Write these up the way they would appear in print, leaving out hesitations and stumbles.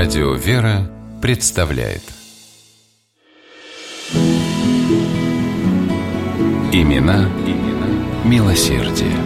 Радио «Вера» представляет Имена милосердия.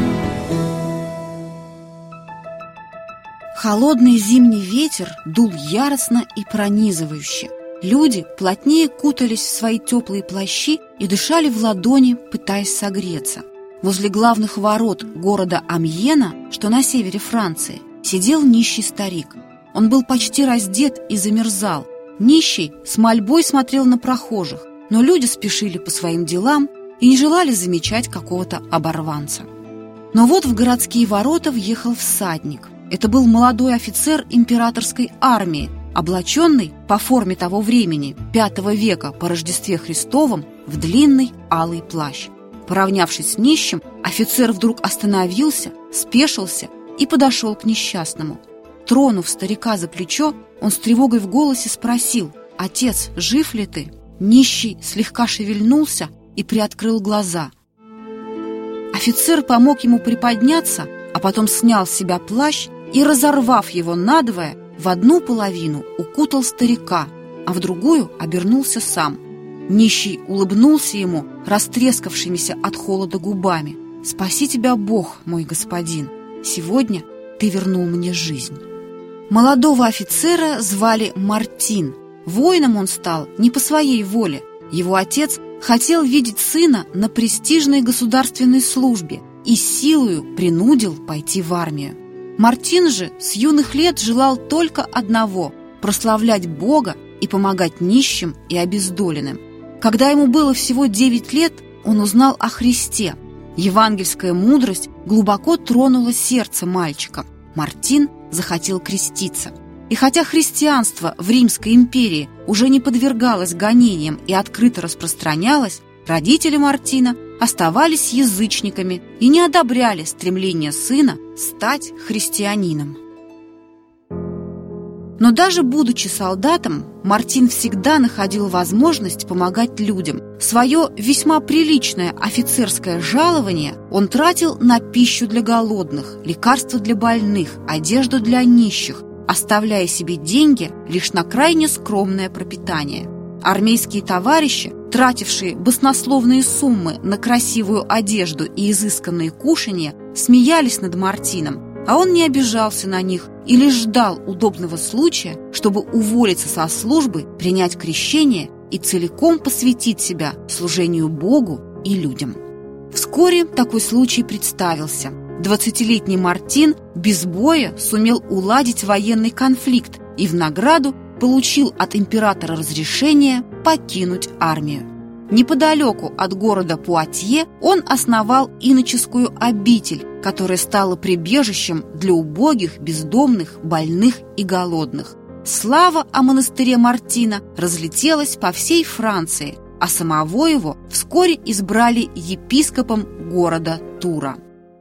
Холодный зимний ветер дул яростно и пронизывающе. Люди плотнее кутались в свои теплые плащи и дышали в ладони, пытаясь согреться. Возле главных ворот города Амьена, что на севере Франции, сидел нищий старик. Он был почти раздет и замерзал. Нищий с мольбой смотрел на прохожих, но люди спешили по своим делам и не желали замечать какого-то оборванца. Но вот в городские ворота въехал всадник. Это был молодой офицер императорской армии, облаченный по форме того времени, V века по Рождестве Христовом, в длинный алый плащ. Поравнявшись с нищим, офицер вдруг остановился, спешился и подошел к несчастному. Тронув старика за плечо, он с тревогой в голосе спросил: «Отец, жив ли ты?» Нищий слегка шевельнулся и приоткрыл глаза. Офицер помог ему приподняться, а потом снял с себя плащ и, разорвав его надвое, в одну половину укутал старика, а в другую обернулся сам. Нищий улыбнулся ему растрескавшимися от холода губами. «Спаси тебя Бог, мой господин! Сегодня ты вернул мне жизнь». Молодого офицера звали Мартин. Воином он стал не по своей воле. Его отец хотел видеть сына на престижной государственной службе и силою принудил пойти в армию. Мартин же с юных лет желал только одного – прославлять Бога и помогать нищим и обездоленным. Когда ему было всего 9 лет, он узнал о Христе. Евангельская мудрость глубоко тронула сердце мальчика. Мартин захотел креститься. И хотя христианство в Римской империи уже не подвергалось гонениям и открыто распространялось, родители Мартина оставались язычниками и не одобряли стремление сына стать христианином. Но даже будучи солдатом, Мартин всегда находил возможность помогать людям. Свое весьма приличное офицерское жалование он тратил на пищу для голодных, лекарства для больных, одежду для нищих, оставляя себе деньги лишь на крайне скромное пропитание. Армейские товарищи, тратившие баснословные суммы на красивую одежду и изысканные кушанья, смеялись над Мартином, а он не обижался на них и лишь ждал удобного случая, чтобы уволиться со службы, принять крещение и целиком посвятить себя служению Богу и людям. Вскоре такой случай представился. 20-летний Мартин без боя сумел уладить военный конфликт и в награду получил от императора разрешение покинуть армию. Неподалеку от города Пуатье он основал иноческую обитель, которая стала прибежищем для убогих, бездомных, больных и голодных. Слава о монастыре Мартина разлетелась по всей Франции, а самого его вскоре избрали епископом города Тура.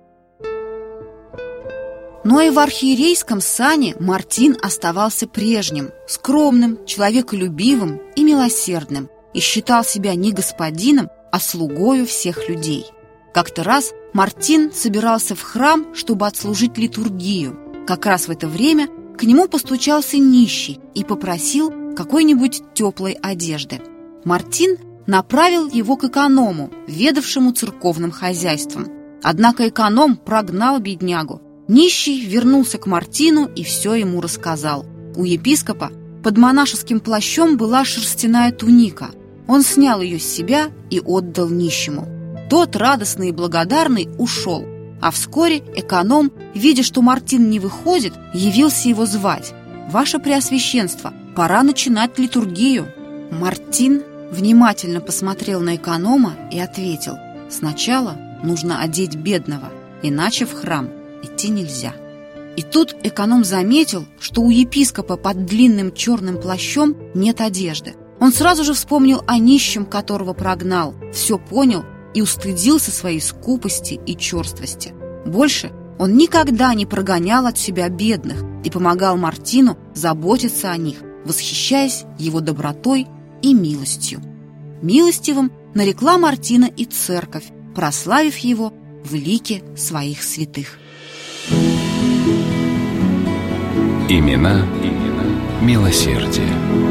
Но и в архиерейском сане Мартин оставался прежним, скромным, человеколюбивым и милосердным, и считал себя не господином, а слугою всех людей. Как-то раз Мартин собирался в храм, чтобы отслужить литургию. Как раз в это время к нему постучался нищий и попросил какой-нибудь теплой одежды. Мартин направил его к эконому, ведавшему церковным хозяйством. Однако эконом прогнал беднягу. Нищий вернулся к Мартину и все ему рассказал. У епископа под монашеским плащом была шерстяная туника. Он снял ее с себя и отдал нищему. Тот, радостный и благодарный, ушел. А вскоре эконом, видя, что Мартин не выходит, явился его звать. «Ваше Преосвященство, пора начинать литургию». Мартин внимательно посмотрел на эконома и ответил: «Сначала нужно одеть бедного, иначе в храм идти нельзя». И тут эконом заметил, что у епископа под длинным черным плащом нет одежды. Он сразу же вспомнил о нищем, которого прогнал, все понял и устыдился своей скупости и черствости. Больше он никогда не прогонял от себя бедных и помогал Мартину заботиться о них, восхищаясь его добротой и милостью. Милостивым нарекла Мартина и церковь, прославив его в лике своих святых. Имена милосердие.